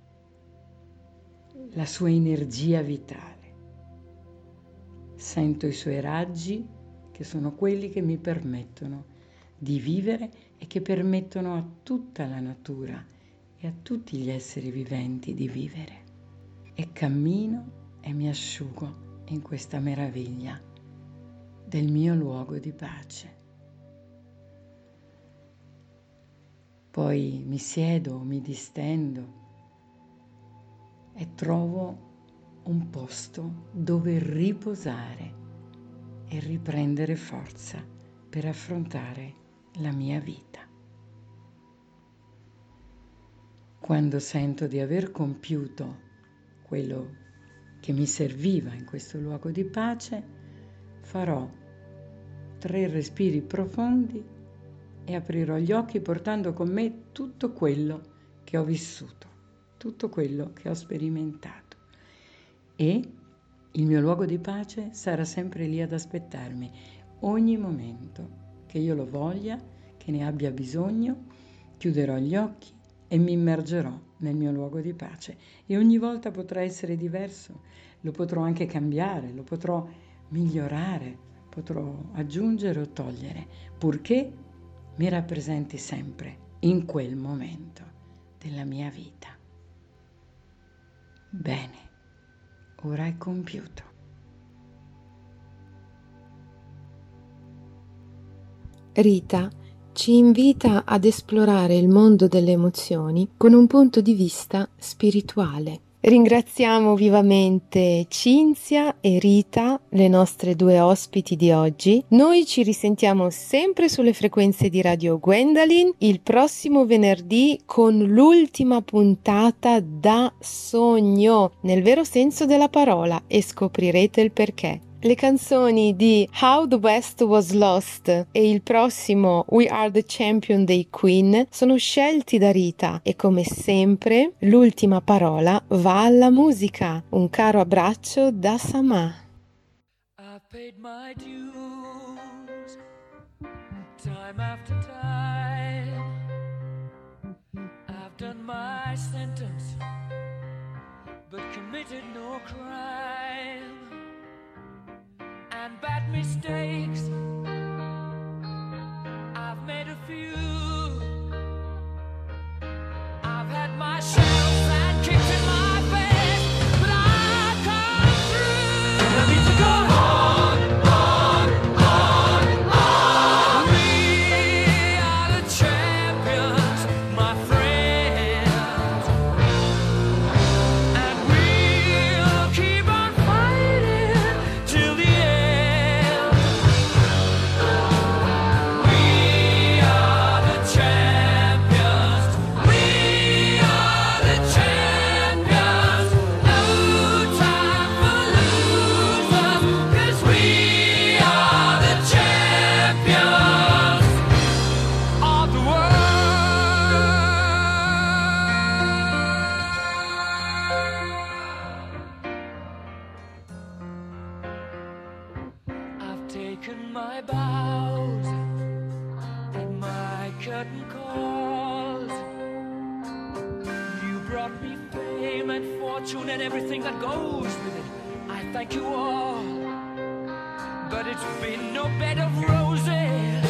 la sua energia vitale. Sento i suoi raggi, che sono quelli che mi permettono di vivere e che permettono a tutta la natura e a tutti gli esseri viventi di vivere. E cammino e mi asciugo in questa meraviglia del mio luogo di pace. Poi mi siedo, mi distendo e trovo un posto dove riposare e riprendere forza per affrontare la mia vita. Quando sento di aver compiuto quello che mi serviva in questo luogo di pace, farò 3 respiri profondi e aprirò gli occhi portando con me tutto quello che ho vissuto, tutto quello che ho sperimentato. E il mio luogo di pace sarà sempre lì ad aspettarmi, ogni momento che io lo voglia, che ne abbia bisogno, chiuderò gli occhi e mi immergerò nel mio luogo di pace. E ogni volta potrà essere diverso, lo potrò anche cambiare, lo potrò migliorare, potrò aggiungere o togliere, purché mi rappresenti sempre in quel momento della mia vita. Bene, ora è compiuto. Rita ci invita ad esplorare il mondo delle emozioni con un punto di vista spirituale. Ringraziamo vivamente Cinzia e Rita, le nostre 2 ospiti di oggi. Noi ci risentiamo sempre sulle frequenze di Radio Gwendalyn il prossimo venerdì con l'ultima puntata da sogno, nel vero senso della parola, e scoprirete il perché. Le canzoni di How the West Was Lost e il prossimo We Are the Champion dei Queen sono scelti da Rita e, come sempre, l'ultima parola va alla musica. Un caro abbraccio da Samà. I paid my dues time after time. I've done my sentence but committed no crime. And bad mistakes, I've made a few. I've had my shells and kicked in my face, but I've come through. I need to go on, on. We are the champions, my friends, and we'll keep on fighting till the end. fortune and everything that goes with it. I thank you all, but it's been no bed of roses.